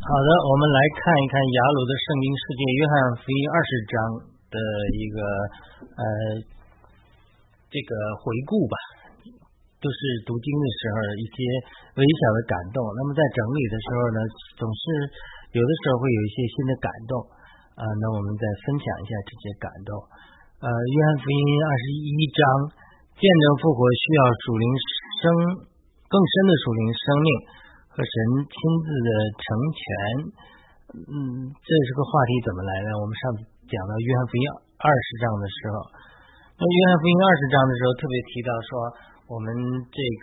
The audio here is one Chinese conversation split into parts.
好的，我们来看一看雅鲁的圣经世界约翰福音20章的一个这个回顾吧，都是读经的时候一些微小的感动。那么在整理的时候呢，总是有的时候会有一些新的感动那我们再分享一下这些感动。约翰福音21章，见证复活需要更深的属灵生命和神亲自的成全。这是个话题怎么来呢？我们上次讲到约翰福音20章的时候，那约翰福音20章的时候特别提到说，我们这个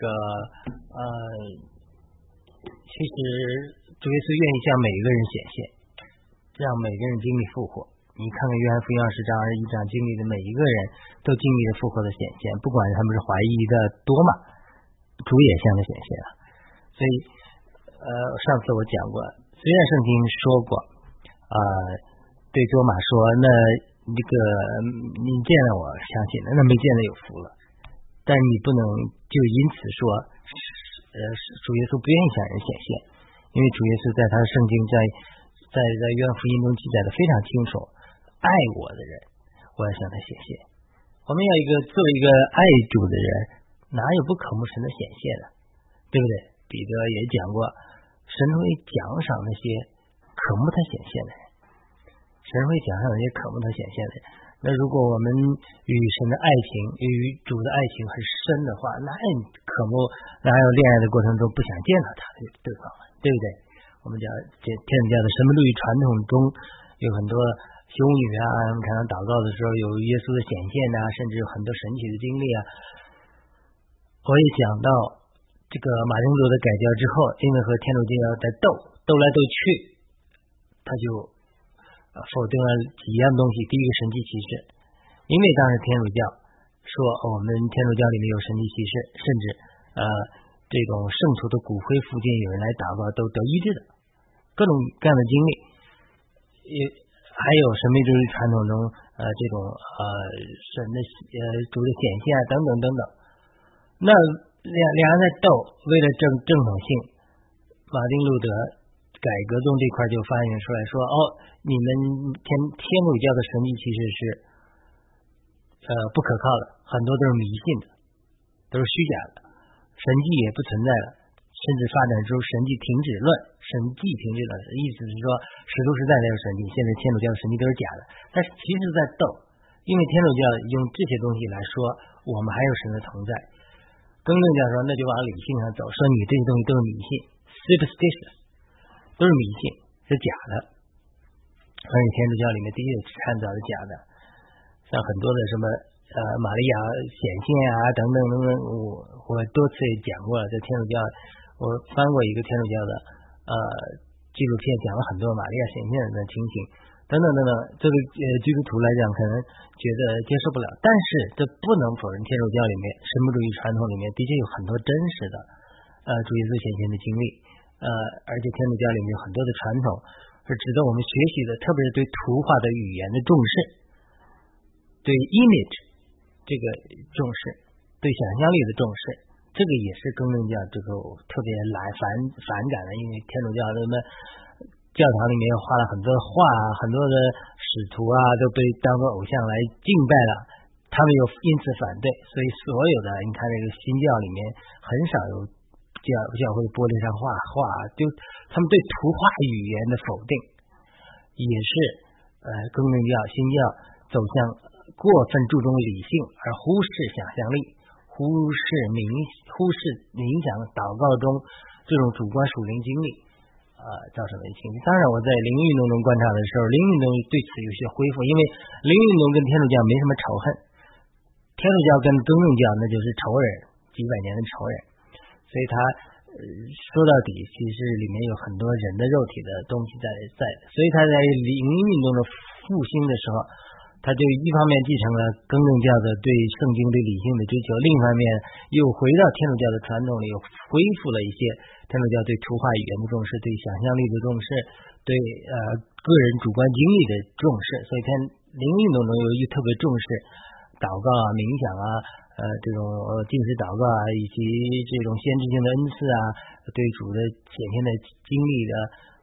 其实主耶稣愿意向每一个人显现，让每个人经历复活。你看看约翰福音20章21章经历的每一个人都经历了复活的显现，不管他们是怀疑的多嘛，主也向他显现了。所以上次我讲过，虽然圣经说过对多马说，那这个你见了我相信了，那没见了有福了，但你不能就因此说主耶稣不愿意向人显现，因为主耶稣在他的圣经在约翰福音中记载的非常清楚，爱我的人我要向他显现。我们要作为一个爱主的人，哪有不渴慕神的显现呢？对不对？彼得也讲过，神会奖赏那些渴慕他显现的人，神会奖赏那些渴慕他显现的人。那如果我们与神的爱情与主的爱情很深的话，哪有渴慕，哪有恋爱的过程中不想见到他的对方，对不对？我们讲天主教的神门路与传统中有很多修女我们常常祷告的时候有耶稣的显现甚至有很多神奇的经历我也讲到这个马丁路的改教之后，因为和天主教在斗来斗去，他就否定了几样东西。第一个神迹奇事，因为当时天主教说我们天主教里面有神迹奇事，甚至这种圣徒的骨灰附近有人来祷告都得医治的，各种各样的经历。还有神秘主义传统中这种神的主的显现等等等等。那两人在斗，为了正统性，马丁路德改革宗这块就发现出来说，你们天主教的神迹其实是不可靠的，很多都是迷信的，都是虚假的，神迹也不存在了，甚至发展出神迹停止论。神迹停止论的意思是说，使徒时代的神迹，现在天主教的神迹都是假的。但是其实在斗，因为天主教用这些东西来说我们还有神的同在。更正教说那就往理性上走，说你这些东西都是迷信 superstitious， 都是迷信，是假的。而且天主教里面的确掺杂的假的，像很多的什么玛利亚显现等等等等，我多次也讲过了。在天主教我翻过一个天主教的纪录片，讲了很多玛利亚显现的情形等等等等。这个基督徒来讲可能觉得接受不了，但是这不能否认天主教里面神秘主义传统里面的确有很多真实的主耶稣显现的经历，而且天主教里面有很多的传统是值得我们学习的，特别是对图画的语言的重视，对 image 这个重视，对想象力的重视，这个也是更正教这个特别反感的。因为天主教的教堂里面画了很多画，很多的使徒都被当作偶像来敬拜了，他们又因此反对。所以所有的你看这个新教里面很少有教会玻璃上画画，就他们对图画语言的否定，也是更正教新教走向过分注重理性而忽视想象力，忽视冥想祷告中这种主观属灵经历造成的情绪。当然我在灵运动中观察的时候，灵运动对此有些恢复，因为灵运动跟天主教没什么仇恨，天主教跟更正教那就是仇人，几百年的仇人。所以他说到底其实里面有很多人的肉体的东西在，所以他在灵运动的复兴的时候，他就一方面继承了更正教的对圣经对理性的追求，另一方面又回到天主教的传统里，又恢复了一些天主教对图画语言的重视，对想象力的重视，对个人主观经历的重视。所以灵运动中又特别重视祷告冥想这种禁食祷告以及这种先知性的恩赐对主的显现的经历的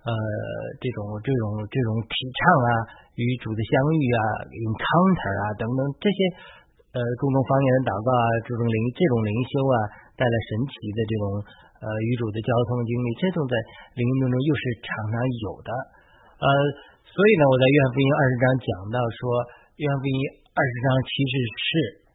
这种提倡啊，与主的相遇啊 ，encounter 啊等等这些共同方言的祷告啊，这种灵修啊，带来神奇的这种与主的交通经历，这种在灵运动中又是常常有的。所以呢，我在约翰福音20章讲到说，约翰福音20章其实是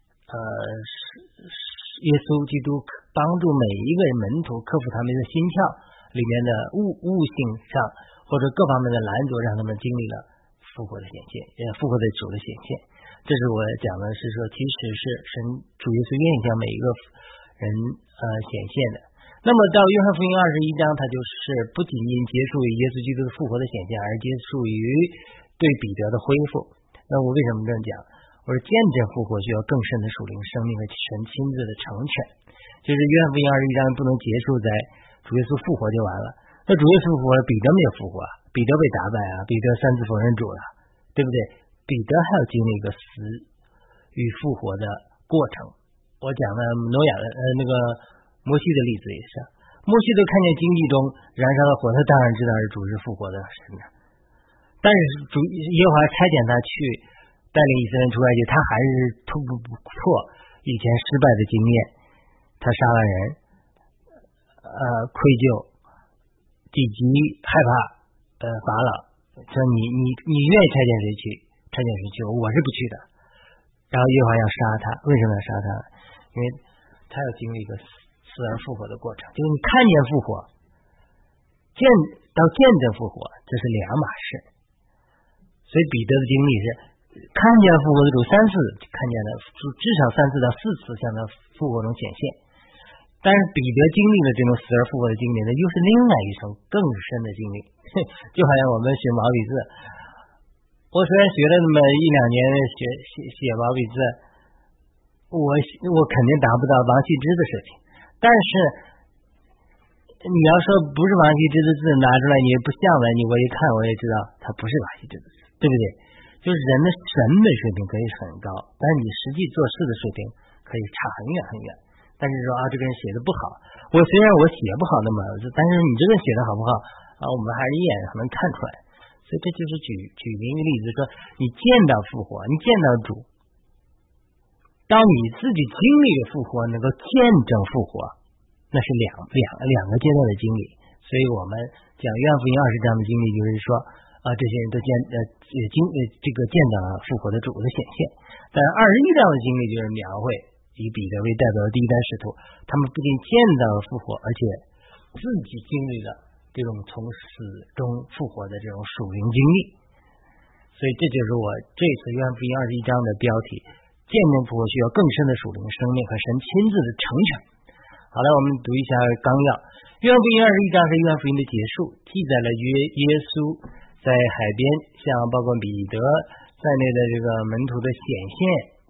耶稣基督帮助每一个门徒克服他们的心窍里面的悟性上或者各方面的拦阻，让他们经历了复活的显现，复活的主的显现。这是我讲的是说，其实是神主耶稣愿意向每一个人显现的。那么到约翰福音21章，它就是不仅仅结束于耶稣基督的复活的显现，而结束于对彼得的恢复。那我为什么这样讲？我说见证复活需要更深的属灵生命和神亲自的成全，就是约翰福音21章不能结束在主耶稣复活就完了。那主耶稣复活了，彼得没有复活，彼得被打败啊，彼得3次否认主了，对不对？彼得还要经历一个死与复活的过程。我讲了挪亚的那个摩西的例子也是，摩西都看见荆棘中燃烧的火，他当然知道是主是复活的神的。但是耶和华差遣他去带领以色列人出埃及，他还是突破以前失败的经验，他杀了人，愧疚、几级害怕，法老说你愿意差遣谁去？差遣谁去？我是不去的。然后耶和华要杀他，为什么要杀他？因为他要经历一个死而复活的过程，就是你看见复活，见证复活，这是两码事。所以彼得的经历是看见复活的主3次，看见了至少3次到4次向他复活中显现。但是彼得经历了这种死而复活的经历呢，又是另外一种更深的经历。就好像我们学毛笔字，我虽然学了那么1-2年写毛笔字，我肯定达不到王羲之的水平，但是你要说不是王羲之的字拿出来，你也不像了，我一看我也知道它不是王羲之的字，对不对？就是人的审美水平可以很高，但是你实际做事的水平可以差很远很远。但是说这个人写的不好，虽然我写不好那么，但是你这个写的好不好我们还是一眼能看出来。所以这就是举明一个例子，说你见到复活，你见到主，当你自己经历了复活，能够见证复活，那是两个阶段的经历。所以我们讲约翰福音20章的经历，就是说这些人都见到了复活的主的显现。但21章的经历就是描绘以彼得为代表的第一代使徒，他们不仅见到了复活，而且自己经历了这种从死中复活的这种属灵经历。所以这就是我这次约翰福音21章的标题，见证复活需要更深的属灵生命和神亲自的成全。好了，我们读一下纲要。约翰福音21章是约翰福音的结束，记载了耶稣在海边向包括彼得在内的这个门徒的显现。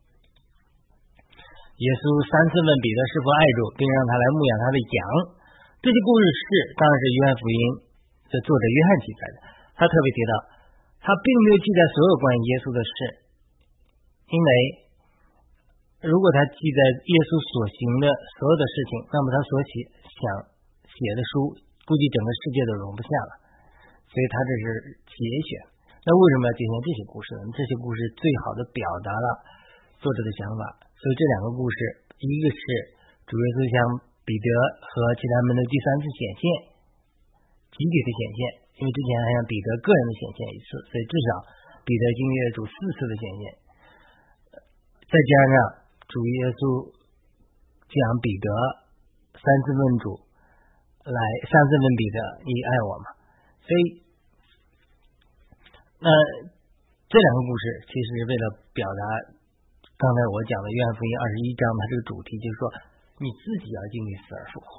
耶稣3次问彼得是否爱主，并让他来牧养他的羊。这些故事当然是约翰福音的作者约翰记载的。他特别提到，他并没有记载所有关于耶稣的事，因为如果他记载耶稣所行的所有的事情，那么他所想写的书估计整个世界都容不下了。所以他这是节选。那为什么要节选这些故事呢？这些故事最好的表达了作者的想法。所以这2个故事，一个是主耶稣向彼得和其他们的第3次显现，集体的显现，因为之前还向彼得个人的显现1次，所以至少彼得经历了主4次的显现。再加上主耶稣讲彼得3次问主3次问彼得你爱我吗？所以这2个故事其实是为了表达刚才我讲的约翰福音21章它这个主题，就是说你自己要经历死而复活，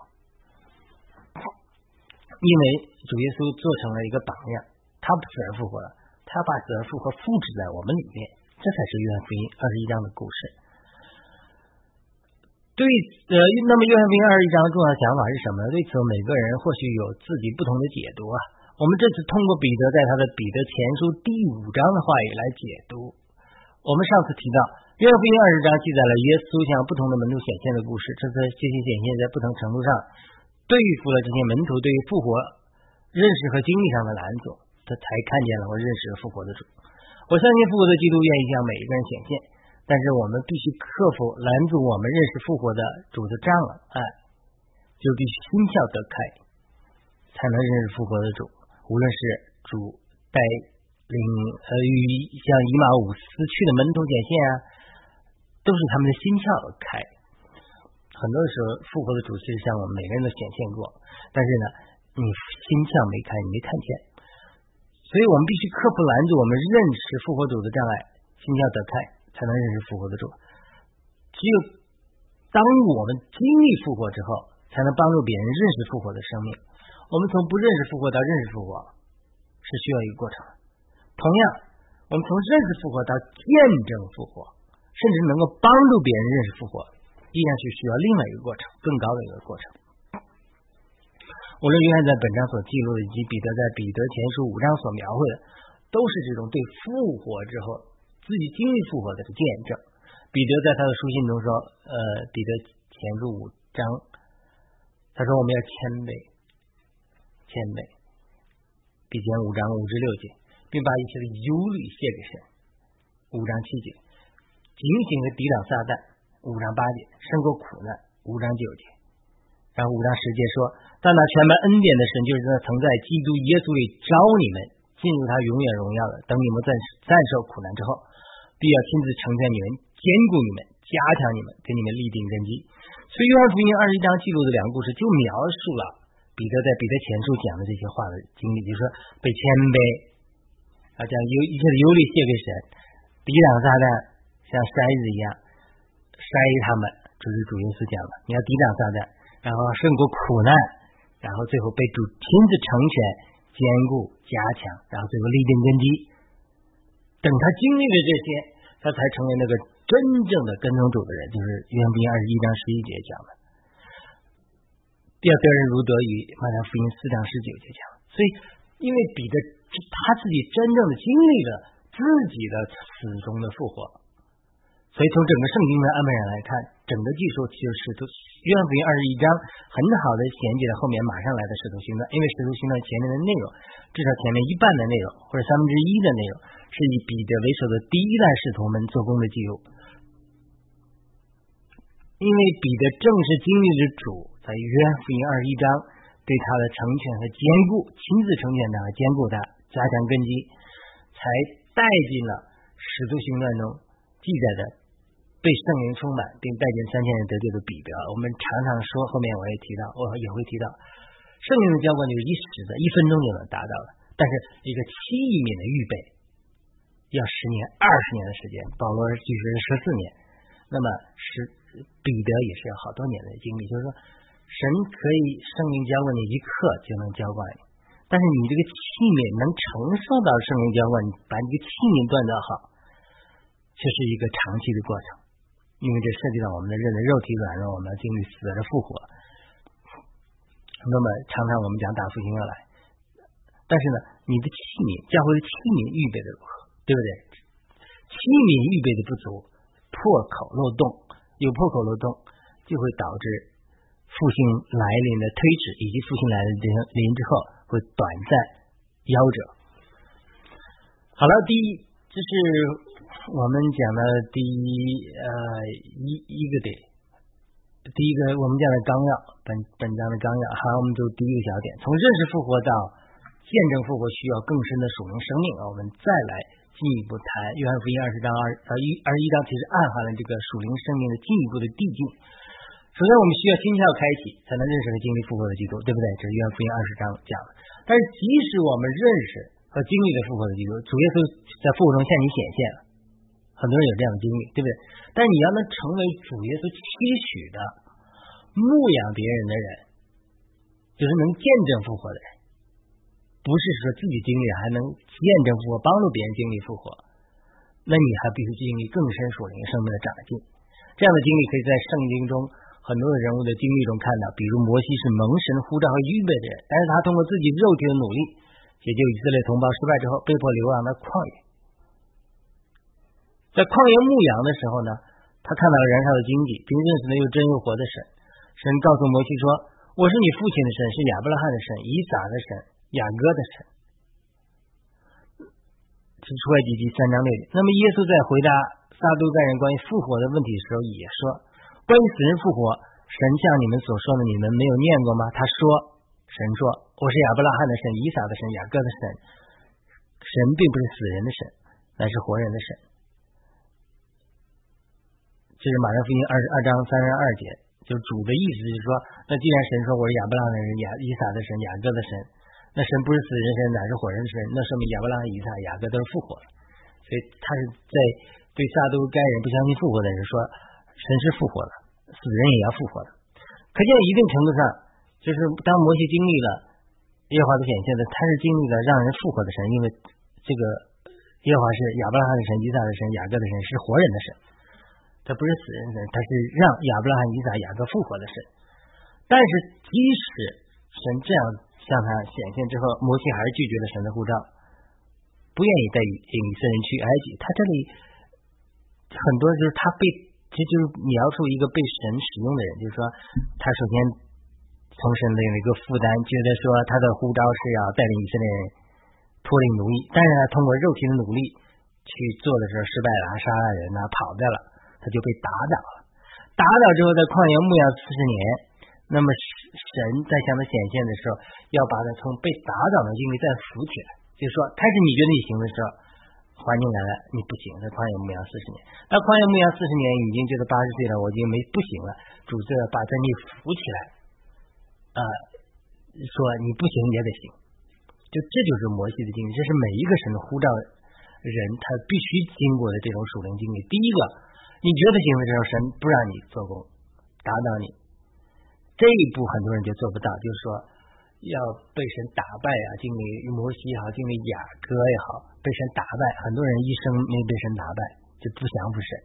因为主耶稣做成了一个榜样，他不死而复活了，他把死而复活复制在我们里面，这才是约翰福音21章的故事。那么约翰福音21章的重要想法是什么呢？对此每个人或许有自己不同的解读啊。我们这次通过彼得在他的彼得前书第5章的话语来解读。我们上次提到约翰福音20章记载了耶稣向不同的门徒显现的故事，这些显现在不同程度上对付了这些门徒对于复活认识和经历上的拦阻，他才看见了我认识复活的主。我相信复活的基督愿意向每一个人显现，但是我们必须克服拦阻我们认识复活的主的障碍，就必须心窍得开，才能认识复活的主。无论是主带领与像以马忤斯去的门徒显现啊，都是他们的心窍开。很多时候复活的主其实向我们每个人都显现过，但是呢，你心窍没开，你没看见，所以我们必须克服拦阻我们认识复活主的障碍，心窍得开，才能认识复活的主。只有当我们经历复活之后，才能帮助别人认识复活的生命。我们从不认识复活到认识复活是需要一个过程。同样，我们从认识复活到见证复活，甚至能够帮助别人认识复活，依然是需要另外一个过程，更高的一个过程。无论约翰在本章所记录的，以及彼得在彼得前书5章所描绘的，都是这种对复活之后自己经历复活的见证。彼得在他的书信中说，彼得前书5章，他说我们要谦卑，彼前5章5至6节，并把一切的忧虑卸给神。5章7节，警醒的抵挡撒旦。5章8节，胜过苦难。5章9节，然后5章10节说，但那全满恩典的神，就是那曾在基督耶稣里招你们进入他永远荣耀的，等你们暂受苦难之后，必要亲自成全你们，坚固你们，加强你们，给你们立定根基。所以约翰福音21章记录的两个故事就描述了彼得在彼得前书讲的这些话的经历，就是说被谦卑，将一切的忧虑卸给神，抵挡撒旦像筛子一样筛他们，这是主耶稣讲的，你要抵挡撒旦，然后胜过苦难，然后最后被主亲自成全，坚固加强，然后最后立定根基。等他经历了这些，他才成为那个真正的跟从主的人，就是约翰福音21章11节讲的，要得人如得鱼，马太福音4章19节讲。所以因为彼得他自己真正的经历了自己的死中的复活，所以从整个圣经的安排上来看，整个记述就是约翰福音21章很好的衔接了后面马上来的使徒行传，因为使徒行传前面的内容，至少前面一半的内容或者1/3的内容是以彼得为首的第一代使徒们做工的记录。因为彼得正是经历了主在约翰福音21章对他的成全和坚固，亲自成全他和坚固他，加强根基，才带进了使徒行传中记载的被圣灵充满并带进3000人得救的彼得。我们常常说，后面我也会提到，圣灵的浇灌就是一时的，1分钟就能达到的，但是一个器皿的预备要10年、20年的时间。保罗据说是14年，那么彼得也是要好多年的经历。就是说，神可以圣灵浇灌你一刻就能浇灌你，但是你这个器皿能承受到圣灵浇灌，你把你这个器皿锻造好，这是一个长期的过程，因为这涉及到我们的肉体软弱，我们要经历死而复活。那么常常我们讲打复兴要来，但是呢，你的器皿，教会的器皿预备的如何，对不对？器皿预备的不足，破口漏洞，有破口漏洞就会导致复兴来临的推迟，以及复兴来临之后会短暂夭折。好了，这是我们讲的第一个点，第一个我们讲的纲要，本章的纲要。好，我们就第一个小点，从认识复活到见证复活需要更深的属灵生命。我们再来进一步谈约翰福音21章，其实暗含了这个属灵生命的进一步的递进。首先我们需要心窍开启，才能认识和经历复活的基督，对不对？这是约翰福音20章讲的。但是即使我们认识和经历了复活的基督，主耶稣在复活中向你显现了，很多人有这样的经历，对不对？但是你要能成为主耶稣期许的牧养别人的人，就是能见证复活的人，不是说自己经历还能见证复活，帮助别人经历复活，那你还必须经历更深属灵生命的长进。这样的经历可以在圣经中很多的人物的经历中看到，比如摩西是蒙神呼召和预备的人，但是他通过自己肉体的努力解救以色列同胞失败之后，被迫流亡到旷野。在旷野牧羊的时候呢，他看到了燃烧的荆棘，并认识了又真又活的神。神告诉摩西说，我是你父亲的神，是亚伯拉罕的神，以撒的神， 雅各的神。这是出埃及记3章6节。那么耶稣在回答撒都该人关于复活的问题的时候也说，关于死人复活，神像你们所说的，你们没有念过吗？他说，神说，我是亚伯拉罕的神，以撒的神，雅各的神。神并不是死人的神，乃是活人的神。这是马太福音22章32节，就是主的意思就是说，那既然神说我是亚伯拉罕的人，以撒的神，雅各的神，那神不是死人神，乃是活人的神，那说明亚伯拉罕、以撒、雅各都是复活的。所以他是在对撒都该人不相信复活的人说，神是复活的，死人也要复活的。可见一定程度上，就是当摩西经历了耶和华的显现的，他是经历了让人复活的神，因为这个耶和华是亚伯拉罕的神、以撒的神、雅各的神，是活人的神，他不是死人的神，他是让亚伯拉罕、以撒、雅各复活的神。但是即使神这样向他显现之后，摩西还是拒绝了神的呼召，不愿意带以色列人去埃及。他这里很多就是他被，这就是描述一个被神使用的人，就是说他首先从神的一个负担，觉得说他的呼召是要带领以色列人脱离奴役，但是他通过肉体的努力去做的时候失败了，杀了人跑掉了，他就被打倒了。打倒之后在旷野牧养40年，那么神在向他显现的时候，要把他从被打倒的经历再扶起来，就是说开始你觉得你行的时候，环境来了你不行，在旷野牧养40年，到旷野牧养40年已经觉得80岁了，我已经不行了，主这把你扶起来，说你不行也得行。这就是摩西的经历，这是每一个神的呼召人他必须经过的这种属灵经历。第一个，你觉得行的时候，神不让你做工，打倒你，这一步很多人就做不到，就是说要被神打败啊，经历摩西也好，经历雅各也好，被神打败，很多人一生没被神打败，就不降服神，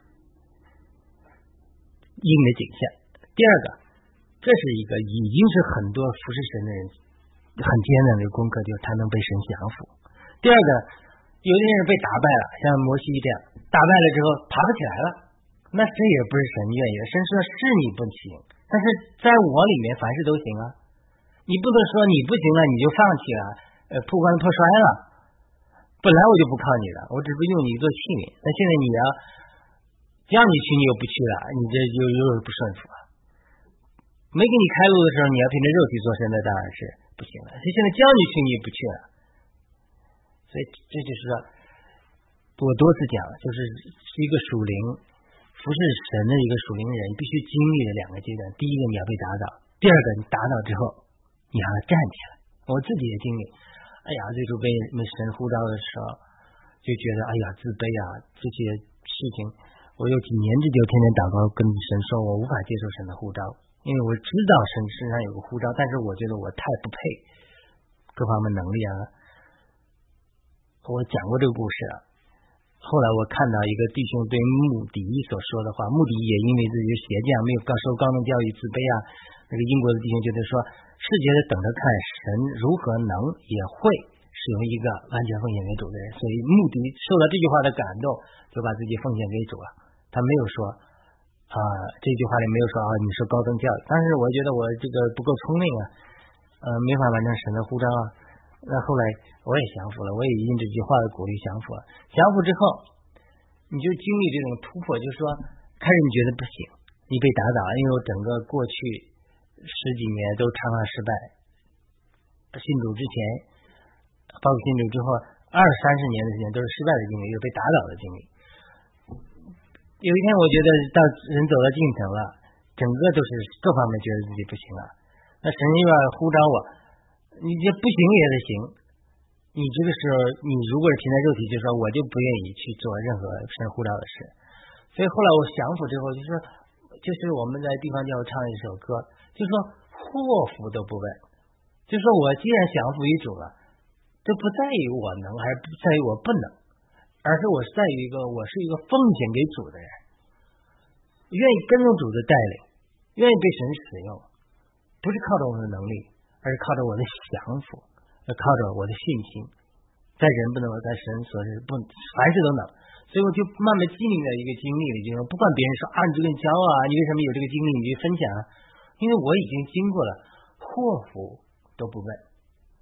应的景象。第二个，这是一个已经是很多服侍神的人很艰难的功课，就是他能被神降服。第二个，有的人被打败了，像摩西这样打败了之后爬不起来了，那这也不是神愿意的。神说是你不行，但是在我里面凡事都行啊，你不能说你不行了你就放弃了，破罐子破摔了，本来我就不靠你了，我只是用你做器皿，那现在你要叫你去你又不去了，你这又不顺服了。没给你开路的时候，你要凭着肉体做神，那当然是不行了。所以现在叫你去，你也不去了。所以这就是说，我多次讲，就是一个属灵服侍神的一个属灵人，必须经历了2个阶段。第一个，你要被打倒；第二个，你打倒之后，你让他站起来。我自己也经历，最初被神呼召的时候，就觉得自卑啊，这些事情，我有几年之久天天祷告，跟神说，我无法接受神的呼召。因为我知道神身上有个呼召，但是我觉得我太不配，各方面能力啊。我讲过这个故事了。后来我看到一个弟兄对穆迪所说的话，穆迪也因为自己是鞋匠，没有受高等教育，自卑啊。那个英国的弟兄觉得说，世界在等着看神如何能也会使用一个完全奉献给主的人，所以穆迪受到这句话的感动，就把自己奉献给主了。他没有说这句话里没有说你说高等教育，但是我觉得我这个不够聪明没法完成神的呼召啊。那后来我也降服了，我也因这句话的鼓励降服了。降服之后，你就经历这种突破，就是说开始你觉得不行，你被打倒，因为我整个过去10几年都常常失败，信主之前包括信主之后20-30年的时间都是失败的经历，又被打倒的经历。有一天我觉得人走到尽头了，整个都是各方面觉得自己不行了，那神又要呼召我，你这不行也得行，你这个时候你如果是凭在肉体，就说我就不愿意去做任何神呼召的事。所以后来我降服之后，就是我们在地方教会唱一首歌，就说祸福都不问，就说我既然降服于主了，这不在于我能，还不在于我不能，而是我在于我是一个奉献给主的人，愿意跟从主的带领，愿意被神使用，不是靠着我的能力，而是靠着我的降服，靠着我的信心。在人不能，在神所是不，凡事都能。所以我就慢慢经历了一个经历了，就是不管别人说你这个骄傲你为什么有这个经历，你去分享因为我已经经过了祸福都不问，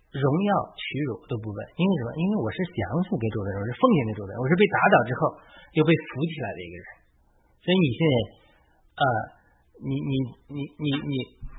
荣耀、屈辱都不问，因为什么？因为我是降服给主的人，我是奉献给主的人，我是被打倒之后又被扶起来的一个人。所以你现在你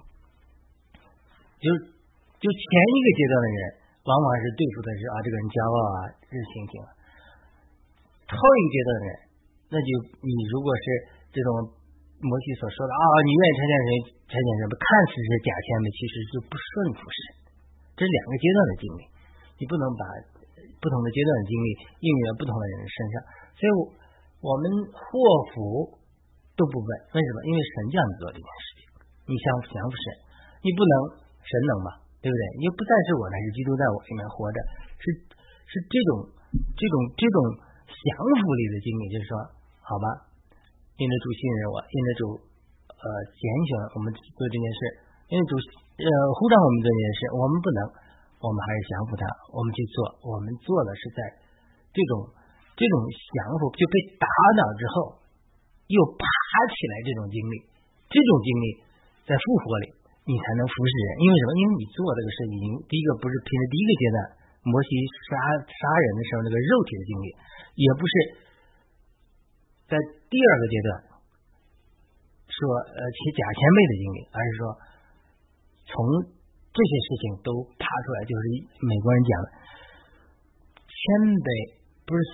就前一个阶段的人，往往是对付的是这个人骄傲这是行情。后一个阶段的人，那就你如果是这种摩西所说的你愿意差遣什么，看似是假谦卑，其实是不顺服神。这是两个阶段的经历，你不能把不同的阶段的经历应用在不同的人身上。所以我们祸福都不问，为什么？因为神叫你做这件事情，你降服神，你不能，神能嘛，对不对？你不再是我，乃是基督在我里面活着，是这种降服里的经历，就是说，好吧，因着主信任我，因着主拣选我们做这件事，因为主呼召我们做这件事，我们不能，我们还是降服他，我们去做，我们做的是在这种降服就被打倒之后又爬起来这种经历，在复活里你才能服侍人。因为什么？因为你做这个事已经第一个不是凭着第一个阶段摩西杀人的时候那个肉体的经历，也不是在第二个阶段说假谦卑的经历，而是说从这些事情都爬出来，就是美国人讲的谦卑，不是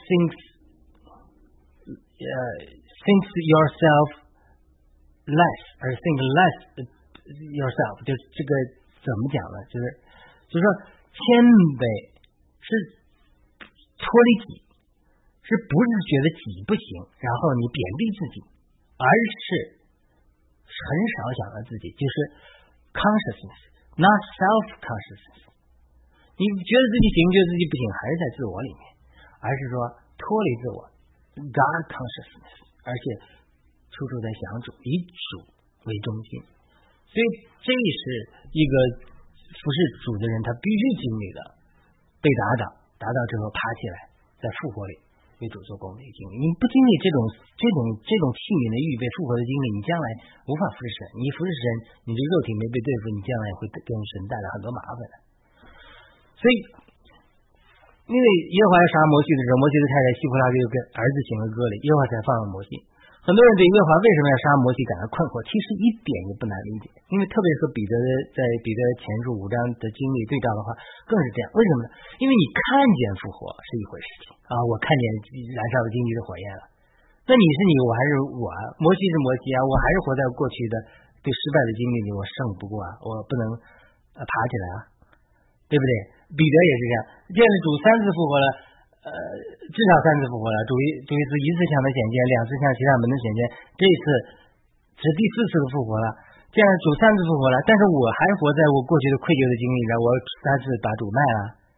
think yourself less， 而 think less yourself， 就这个怎么讲呢？就是说谦卑是脱离己，是不是觉得己不行，然后你贬低自己，而是很少想到自己，就是 consciousness not self consciousness， 你觉得自己行，觉得自己不行，还是在自我里面，而是说脱离自我 God consciousness， 而且处处在想主，以主为中心。所以这是一个服侍主的人他必须经历的，被打倒之后爬起来，在复活里为主做工的经历。你不经历这种器皿的预备复活的经历，你将来无法服侍神。你服侍神，你的肉体没被对付，你将来会跟神带来很多麻烦的。所以因为耶和华要杀摩西的时候，摩西的太太西弗拉就跟儿子行了割礼，耶和华才放了摩西。很多人对耶和华为什么要杀摩西感到困惑，其实一点也不难理解，因为特别和彼得在彼得前书5章的经历对照的话更是这样。为什么呢？因为你看见复活是一回事情我看见燃烧的荆棘的火焰了，那你是你，我还是我摩西是摩西我还是活在过去的对失败的经历里，我胜不过我不能爬起来对不对？彼得也是这样，见了主3次复活了，至少3次复活了，主一次向他显现，2次向其他门徒显现，这次是第4次的复活了。这样主3次复活了，但是我还活在我过去的愧疚的经历上，我3次把主卖了，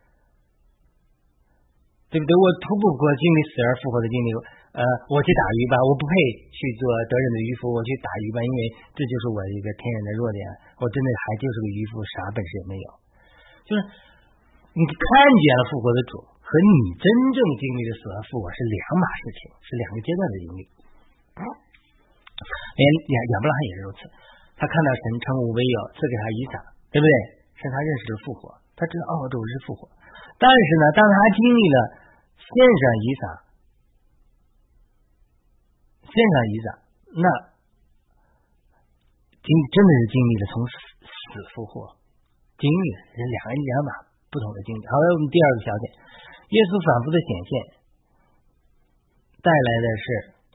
对不对？我突不过经历死而复活的经历，我去打鱼吧，我不配去做得人的渔夫，我去打鱼吧，因为这就是我一个天然的弱点，我真的还就是个渔夫，啥本事也没有。就是你看见了复活的主和你真正经历的死而复活是两码事情，是2个阶段的经历。连亚伯拉罕也是如此，他看到神称无为有，赐给他以撒，对不对？是他认识的复活，他知道主是复活。但是呢，当他经历了献上以撒，那真的是经历了从死复活，经历了是两码不同的经历。好了，我们第2个小点，耶稣反复的显现带来的是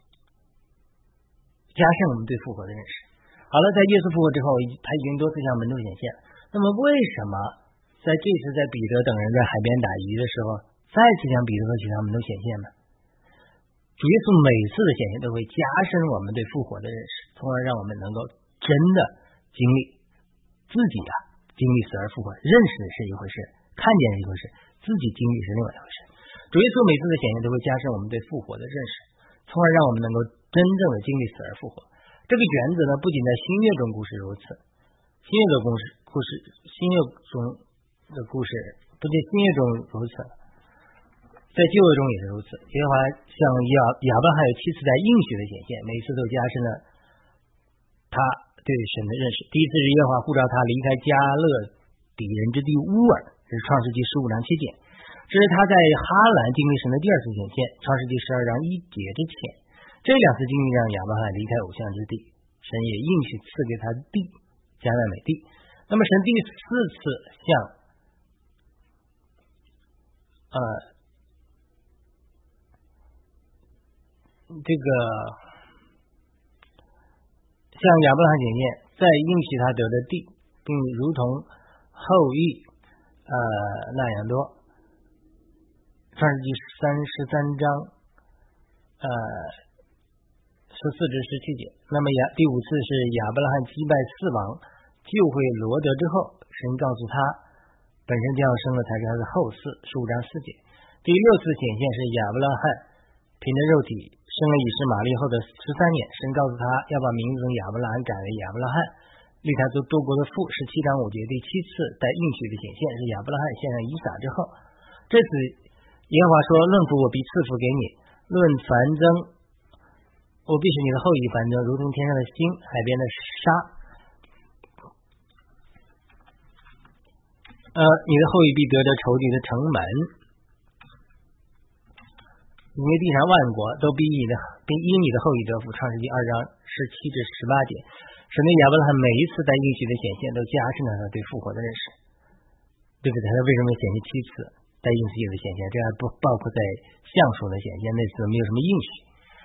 加深我们对复活的认识。好了，在耶稣复活之后，他已经多次向门徒显现。那么为什么在这次在彼得等人在海边打鱼的时候，再次向彼得和其他门徒显现呢？主耶稣每次的显现都会加深我们对复活的认识，从而让我们能够真的经历自己经历死而复活。认识是一回事，看见是一回事，自己经历是另外一回事。主耶稣每次的显现都会加深我们对复活的认识，从而让我们能够真正的经历死而复活。这个原则呢，不仅在新约中故事如此，新约中的故事不仅新约中如此，在旧约中也是如此。耶和华向亚伯拉罕有7次在应许的显现，每次都加深了他对神的认识。第一次是耶和华呼召他离开加勒底人之地乌尔， 这是创世纪15章7节。这是他在哈兰经历神的第二次显现，创世纪12章1节之前。这两次经历让亚伯拉罕离开偶像之地，神也应许赐给他地，迦南美地。那么神第4次向亚伯拉罕显现，再应许他得的地，并如同后裔那样多。创世纪33章14至17节。那么第5次是亚伯拉罕击败4王，救回罗德之后，神告诉他本身将要生的才是他的后嗣，15章4节。第6次显现是亚伯拉罕凭着肉体生了以实玛利后的13年，神告诉他要把名字从亚伯拉罕改为亚伯拉罕，立他做多国的父，17章5节。第7次带应许的显现是亚伯拉罕献上以撒之后，这次耶和华说：论福我必赐福给你，论繁增我必使你的后裔繁增，如同天上的星，海边的沙。你的后裔必得着仇敌的城门，因为地上万国都必因你的后裔得福。创世纪2章17至18节。神对亚伯拉罕每一次带应许的显现，都加深了他对复活的认识，对不对？他为什么显现7次带应许的显现？这还不包括在橡树的显现，那次没有什么应许。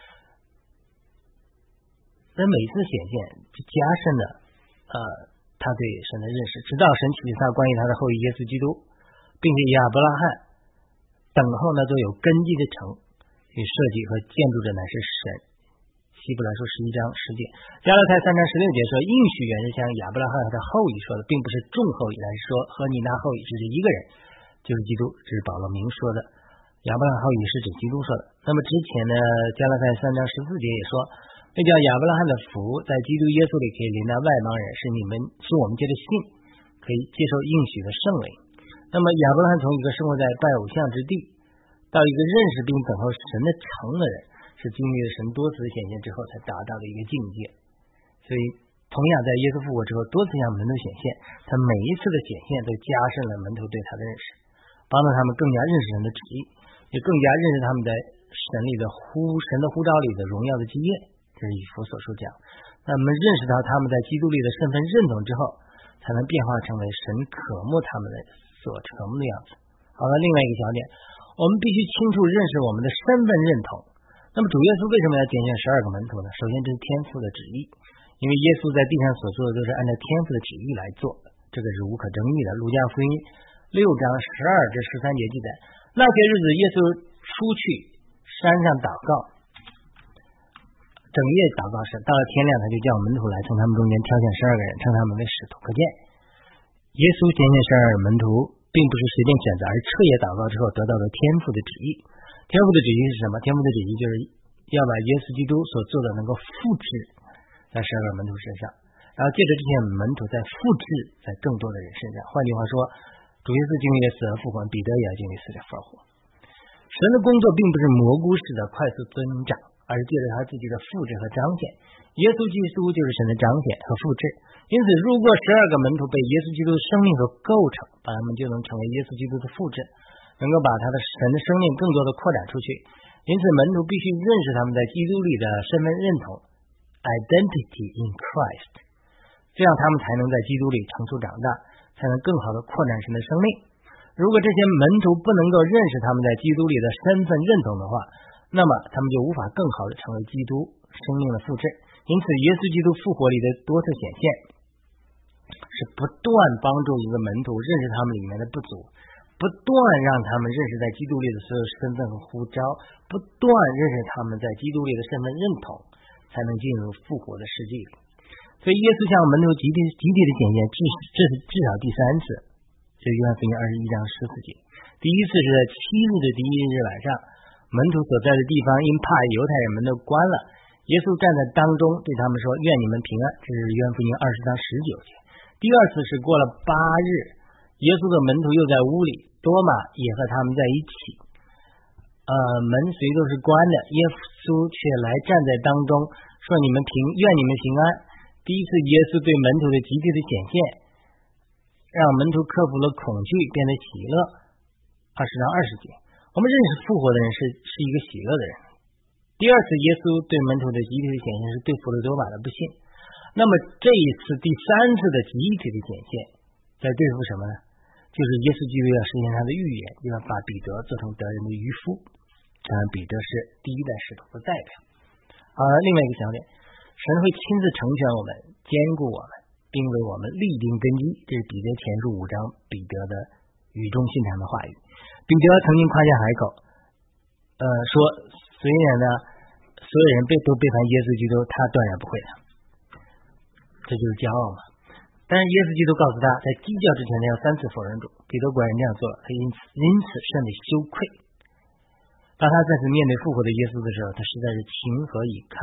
但每一次显现就加深了他对神的认识，直到神启示他关于他的后裔耶稣基督，并且亚伯拉罕等候那座有根基的城与设计和建筑者乃是神。希伯来书11章10节。加拉太3章16节说，应许原是向亚伯拉罕和他后裔说的，并不是众后裔，乃是说和你那后裔只是一个人，就是基督。这是保罗明说的，亚伯拉罕后裔是指基督说的。那么之前呢，加拉太3章14节也说，那叫亚伯拉罕的福在基督耶稣里可以临到外邦人，是我们借着信可以接受应许的圣灵。那么亚伯拉罕从一个生活在拜偶像之地到一个认识并等候神的城的人，是经历了神多次显现之后才达到的一个境界。所以同样在耶稣复活之后多次向门徒显现，他每一次的显现都加深了门徒对他的认识，帮助他们更加认识神的旨意，也更加认识他们在神的呼召里的荣耀的基业。这是以弗所书讲。那么认识到他们在基督里的身份认同之后，才能变化成为神渴慕他们的所成的样子。好了，另外一个小点，我们必须清楚认识我们的身份认同。那么主耶稣为什么要拣选12个门徒呢？首先这是天父的旨意，因为耶稣在地上所做的都是按照天父的旨意来做，这个是无可争议的。路加福音6章12至13节记载，那些日子耶稣出去山上祷告，整夜祷告时，到了天亮，他就叫门徒来，从他们中间挑选12个人，称他们为使徒。可见耶稣拣选12个门徒并不是随便选择，而是彻夜祷告之后得到了天父的旨意。天父的旨意是什么？天父的旨意就是要把耶稣基督所做的能够复制在12个门徒身上，然后借着这些门徒再复制在更多的人身上。换句话说，主耶稣经历了死而复活，彼得也要经历死而复活。神的工作并不是蘑菇式的快速增长，而是借着他自己的复制和彰显。耶稣基督就是神的彰显和复制。因此如果12个门徒被耶稣基督的生命所构成，把他们就能成为耶稣基督的复制，能够把他的神的生命更多的扩展出去。因此门徒必须认识他们在基督里的身份认同 identity in Christ， 这样他们才能在基督里成熟长大，才能更好的扩展神的生命。如果这些门徒不能够认识他们在基督里的身份认同的话，那么他们就无法更好的成为基督生命的复制。因此耶稣基督复活里的多次显现是不断帮助一个门徒认识他们里面的不足，不断让他们认识在基督里的所有身份和呼召，不断认识他们在基督里的身份认同，才能进入复活的世界里。所以耶稣向门徒集体的显现，这是至少第3次，这是约翰福音21章14节。第一次是在7日的第1日晚上，门徒所在的地方因怕犹太人们都关了，耶稣站在当中对他们说，愿你们平安。这是约翰福音20章19节。第二次是过了8日，耶稣的门徒又在屋里，多马也和他们在一起，门虽都是关的，耶稣却来站在当中说，愿你们平安。第一次耶稣对门徒的集体的显现， 让门徒克服了恐惧，变得喜乐。20章20节，我们认识复活的人是一个喜乐的人。第二次耶稣对门徒的集体的显现是对付了多马的不信，那么这一次第三次的集体的显现在对付什么呢？就是耶稣基督要实现他的预言，就要把彼得做成得人的渔夫。当然彼得是第一代使徒的代表。另外一个小点，神会亲自成全我们，坚固我们，并为我们立定根基。这是彼得前书5章彼得的语中心肠的话语。彼得曾经夸下海口，说虽然呢所有人都背叛耶稣基督，他断然不会的。这就是骄傲嘛。但是耶稣基督告诉他，在鸡叫之前他要3次否认主。彼得果然这样做了，他因此甚为羞愧。当他再次面对复活的耶稣的时候，他实在是情何以堪。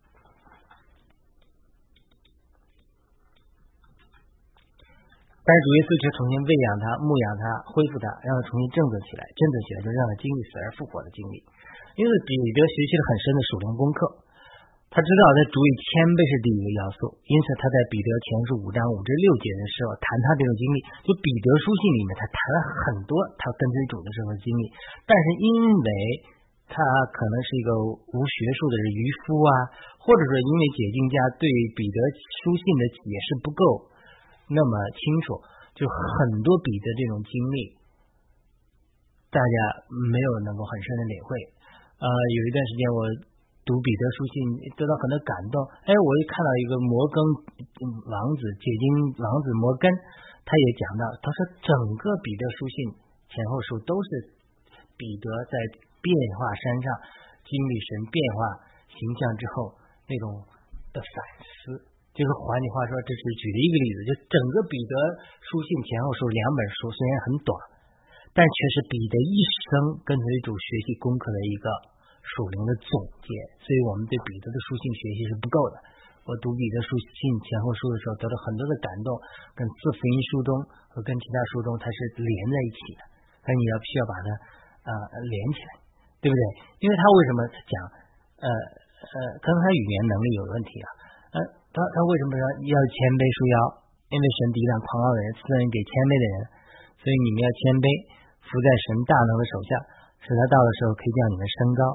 但是主耶稣却重新喂养他、牧养他、恢复他，让他重新振作起来，就让他经历死而复活的经历。因此彼得学习了很深的属灵功课，他知道在主里谦卑是第一个要素。因此他在彼得前书5章5至6节的时候谈他这种经历。就彼得书信里面他谈了很多他跟随主的时候的经历，但是因为他可能是一个无学术的渔夫啊，或者说因为解经家对彼得书信的解释不够那么清楚，就很多彼得这种经历大家没有能够很深的领会。有一段时间我读彼得书信得到很多感动，我一看到一个摩根王子，解经王子摩根，他也讲到，他说整个彼得书信前后书都是彼得在变化山上经历神变化形象之后那种的反思。就是换句话说，这是举的一个例子，就整个彼得书信前后书2本书虽然很短，但却是彼得一生跟随主学习功课的一个属灵的总结。所以我们对彼得的书信学习是不够的。我读彼得书信前后书的时候得到很多的感动，跟4福音书中和跟其他书中它是连在一起的，但你需要把它连起来，对不对？因为他为什么讲可能他语言能力有问题啊，他为什么说要谦卑束腰？因为神抵挡狂傲的人，赐恩给谦卑的人，所以你们要谦卑，伏在神大能的手下，使他到的时候可以叫你们升高。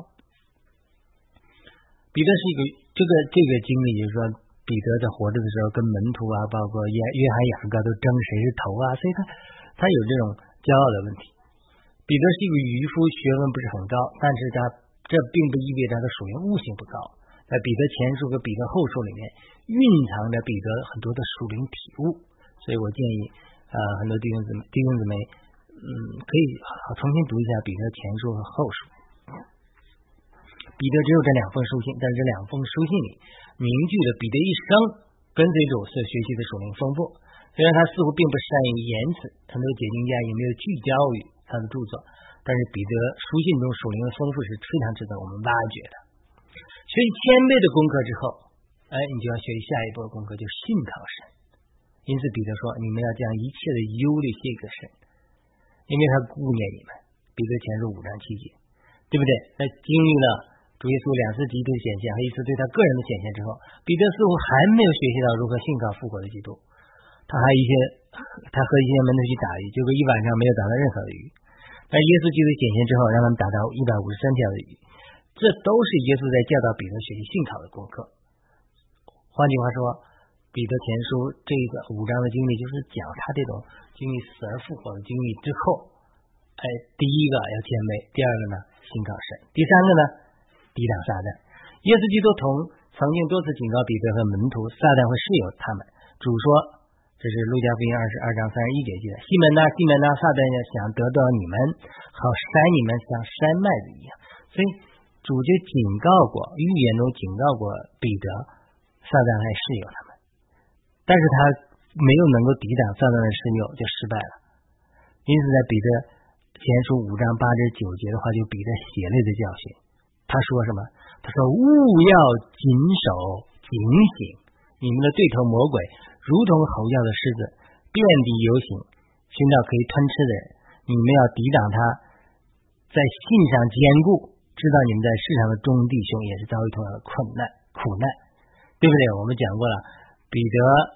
彼得是一个这个经历，就是说彼得在活着的时候跟门徒啊，包括约翰、雅各都争谁是头啊，所以他有这种骄傲的问题。彼得是一个渔夫，学问不是很高，但是这并不意味着他的属灵悟性不高。在彼得前书和彼得后书里面蕴藏着彼得很多的属灵体悟，所以我建议很多弟兄姊妹可以重新读一下彼得前书和后书。彼得只有这2封书信，但是这2封书信里凝聚了彼得一生跟随主所学习的属灵丰富。虽然他似乎并不善于言辞，很多解经家也没有聚焦于他的著作，但是彼得书信中属灵的丰富是非常值得我们挖掘的。学习谦卑的功课之后，你就要学习下一步的功课，就是信靠神。因此彼得说，你们要将一切的忧虑卸给神，因为他顾念你们。彼得前书5章7节，对不对？在经历了主耶稣2次集体的显现和1次对他个人的显现之后，彼得似乎还没有学习到如何信靠复活的基督。他和一些门徒去打鱼，结果一晚上没有打到任何的鱼。但耶稣基督显现之后，让他们打到153条的鱼。这都是耶稣在教导彼得学习信靠的功课。换句话说，彼得前书这个5章的经历，就是讲他这种经历死而复活的经历之后，第一个要谦卑，第二个呢信靠神，第三个呢抵挡撒旦。耶稣基督曾经多次警告彼得和门徒，撒旦会试诱他们。主说，这是路加福音22章31节记的，西门呐，西门呐，撒旦想得到你们，好筛你们像筛麦子一样。所以主就警告过，预言中警告过彼得，撒旦来试诱他们，但是他没有能够抵挡撒旦的试诱，就失败了。因此在彼得前书5章8至9节的话，就彼得血泪的教训。他说什么？他说，勿要谨守警醒，你们的对头魔鬼如同吼叫的狮子，遍地游行，寻找可以吞吃的人。你们要抵挡他，在信上坚固，知道你们在世上的众弟兄也是遭遇同样的苦难，对不对？我们讲过了，彼得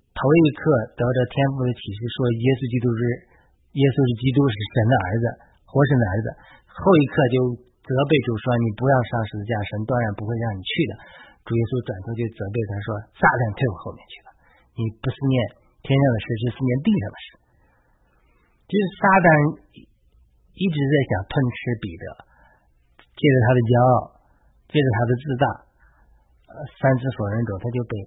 头一刻得着天父的启示说耶稣是基督，是神的儿子，活神的儿子，后一刻就责备主说你不要上十字架，神当然不会让你去的。主耶稣转头就责备他说撒旦退我后面去吧，你不思念天上的事，是思念地上的事。就是撒旦一直在想吞吃彼得，借着他的骄傲，借着他的自大，三次否认者，他就被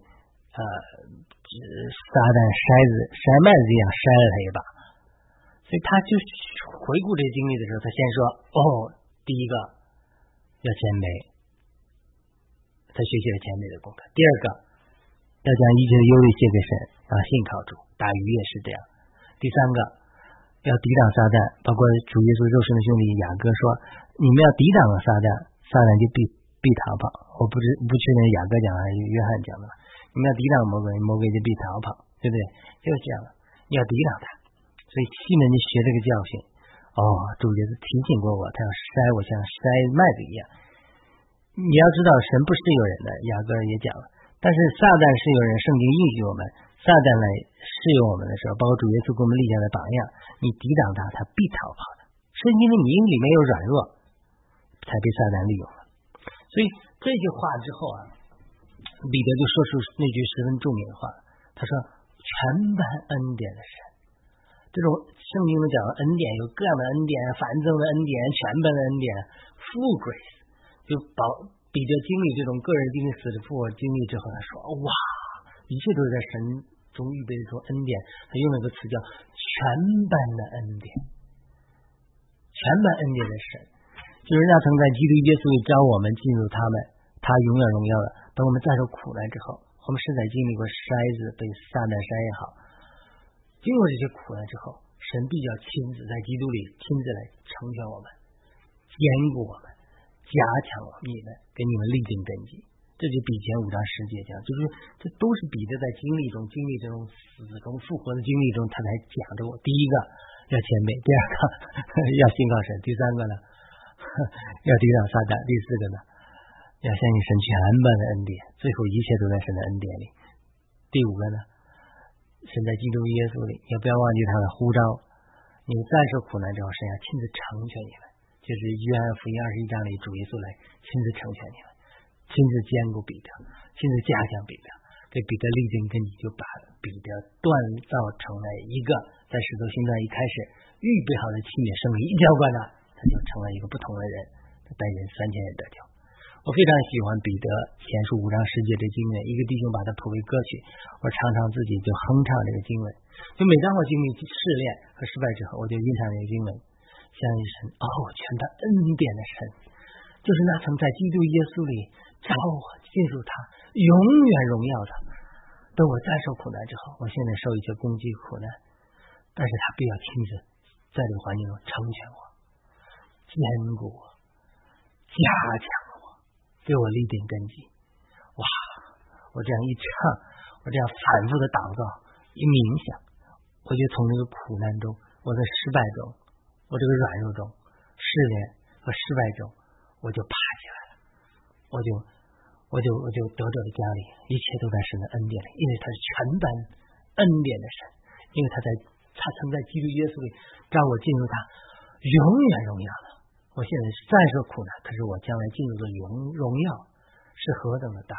撒旦筛麦子一样筛了他一把。所以他就回顾这经历的时候，他先说第一个要谦卑，他学习了谦卑的功课。第二个要将一切的忧虑卸给神，然后信靠主，打鱼也是这样。第三个要抵挡撒旦，包括主耶稣肉身的兄弟雅各说你们要抵挡撒旦，撒旦就必逃跑。我不确定雅各讲还是约翰讲的，你们要抵挡魔鬼，魔鬼就必逃跑，对不对？就是这样的，你要抵挡他。所以西门就学这个教训。主耶稣提醒过我，他要筛我像筛麦子一样。你要知道神不是有人的，雅各也讲了，但是撒旦是有人，圣经应许我们撒旦来试用我们的时候，包括主耶稣给我们立下的榜样，你抵挡他，他必逃跑的。圣经的名里面有软弱，才被撒旦利用了。所以这句话之后彼得就说出那句十分著名的话，他说全般恩典的神。这种圣经里讲的恩典有各样的恩典，繁增的恩典，全般的恩典，full grace。就彼得经历这种个人经历死的复活经历之后，他说哇，一切都是在神中预备的这种恩典。他用了个词叫全般的恩典，全般恩典的神，就是那曾在基督耶稣里招我们进入他永远荣耀的。等我们再受苦难之后，我们是在经历过筛子，被撒旦筛也好，经过这些苦难之后，神必要亲自在基督里亲自来成全我们，坚固我们，加强我们，给你们立定根基。这就比前5章10节讲，就是这都是彼得在经历这种死中复活的经历中，他才讲的。我第一个要谦卑，第二个要信靠神，第三个呢要抵挡撒旦，第四个呢要相信神全般的恩典，最后一切都在神的恩典里。第五个呢，神在基督耶稣里，你不要忘记他的呼召，你们暂受苦难之后，神要亲自成全你们，就是约翰福音21章里主耶稣来亲自成全你们，亲自坚固彼得，亲自加强彼得，给彼得立定根基，就把彼得锻造成了一个在使徒行传一开始预备好的器皿，圣灵一浇灌他，他就成了一个不同的人，他带人3000人得救。我非常喜欢彼得前书5章10节这经文，一个弟兄把它谱为歌曲，我常常自己就哼唱这个经文。就每当我经历试炼和失败之后，我就吟唱这个经文，相信神全他恩典的神，就是那曾在基督耶稣里召我进入他永远荣耀的。等我再受苦难之后，我现在受一些攻击苦难，但是他必要亲自在这个环境中成全我，坚固我，加强我，给我立定根基。哇！我这样一唱，我这样反复的祷告，一冥想，我就从这个苦难中，我的失败中，我这个软弱中，试炼和失败中，我就爬起来了，我就得着了家里，一切都在神的恩典里，因为他是全般恩典的神，因为他曾在基督耶稣里让我进入他永远荣耀的。我现在是暂受苦难，可是我将来进入的荣耀是何等的大！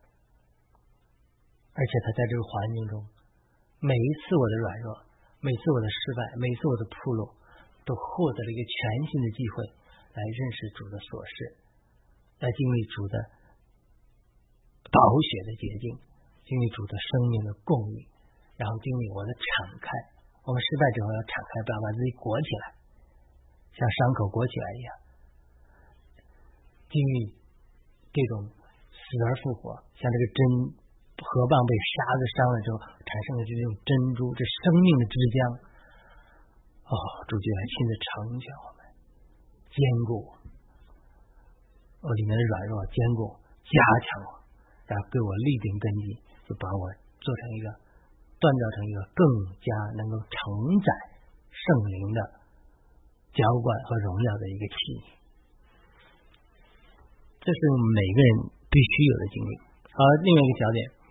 而且他在这个环境中，每一次我的软弱，每次我的失败，每次我的铺路，都获得了一个全新的机会来认识主的所事，来经历主的宝血的洁净，经历主的生命的供应，然后经历我的敞开。我们失败之后要敞开，不要把自己裹起来，像伤口裹起来一样。经历这种死而复活，像这个河蚌被沙子伤了之后产生的这种珍珠，这生命的之江。主就来亲自成全我们，坚固我里面的软弱，坚固加强我，然后给我立定根基，就把我做成一个锻造成一个更加能够承载圣灵的浇灌和荣耀的一个器皿。这是我们每个人必须有的经历。另外一个小点，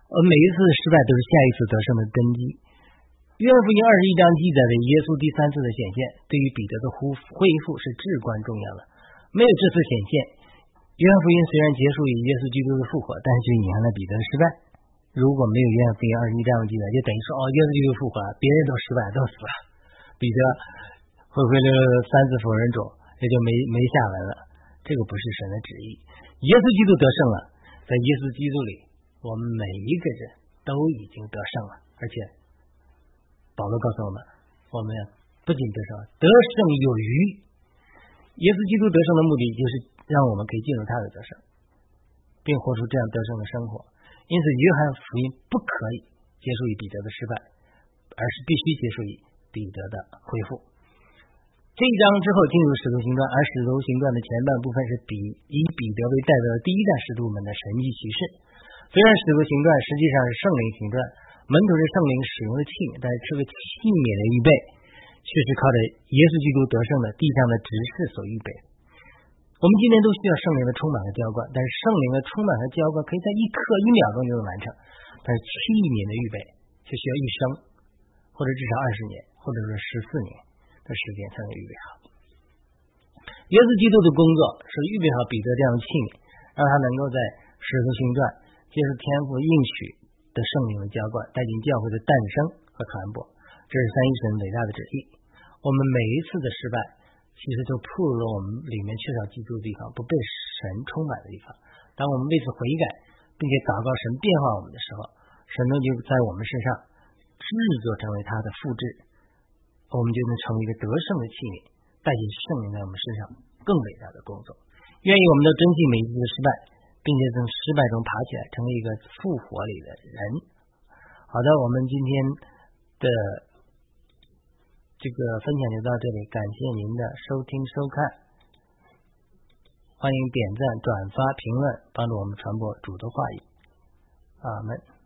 每一次失败都是下一次得胜的根基。约翰福音21章记载的耶稣第3次的显现，对于彼得的恢复是至关重要的。没有这次显现，约翰福音虽然结束于耶稣基督的复活，但是却隐含了彼得的失败。如果没有约翰福音21章记载，就等于说耶稣基督复活了，别人都失败都死了，彼得会不会这3次否认主也就没下文了。这个不是神的旨意。耶稣基督得胜了，在耶稣基督里，我们每一个人都已经得胜了，而且保罗告诉我们，我们不仅得胜，得胜有余。耶稣基督得胜的目的就是让我们可以进入他的得胜，并活出这样得胜的生活。因此约翰福音不可以结束于彼得的失败，而是必须结束于彼得的恢复。这一章之后进入使徒行传，而使徒行传的前半部分是以彼得为代表的第一代使徒们的神迹奇事。虽然使徒行传实际上是圣灵行传，门徒是圣灵使用的器皿，但是这个器皿的预备却是靠着耶稣基督得胜的地上的执事所预备。我们今天都需要圣灵的充满和浇灌，但是圣灵的充满和浇灌可以在1刻1秒钟就能完成，但是器皿的预备却需要一生，或者至少20年，或者是14年的时间才能预备好。耶稣基督的工作是预备好彼得这样的器皿，让他能够在使徒行传接受天父应许的圣灵的浇灌，带进教会的诞生和传播。这是三一神伟大的旨意。我们每一次的失败其实都暴露了我们里面缺少基督的地方，不被神充满的地方。当我们为此悔改并且祷告神变化我们的时候，神呢就在我们身上制作成为他的复制，我们就能成为一个得胜的器皿，带进圣灵在我们身上更伟大的工作。愿意我们都珍惜每一次的失败，并且从失败中爬起来，成为一个复活里的人。好的，我们今天的这个分享就到这里，感谢您的收听收看，欢迎点赞、转发、评论，帮助我们传播主的话语。阿们。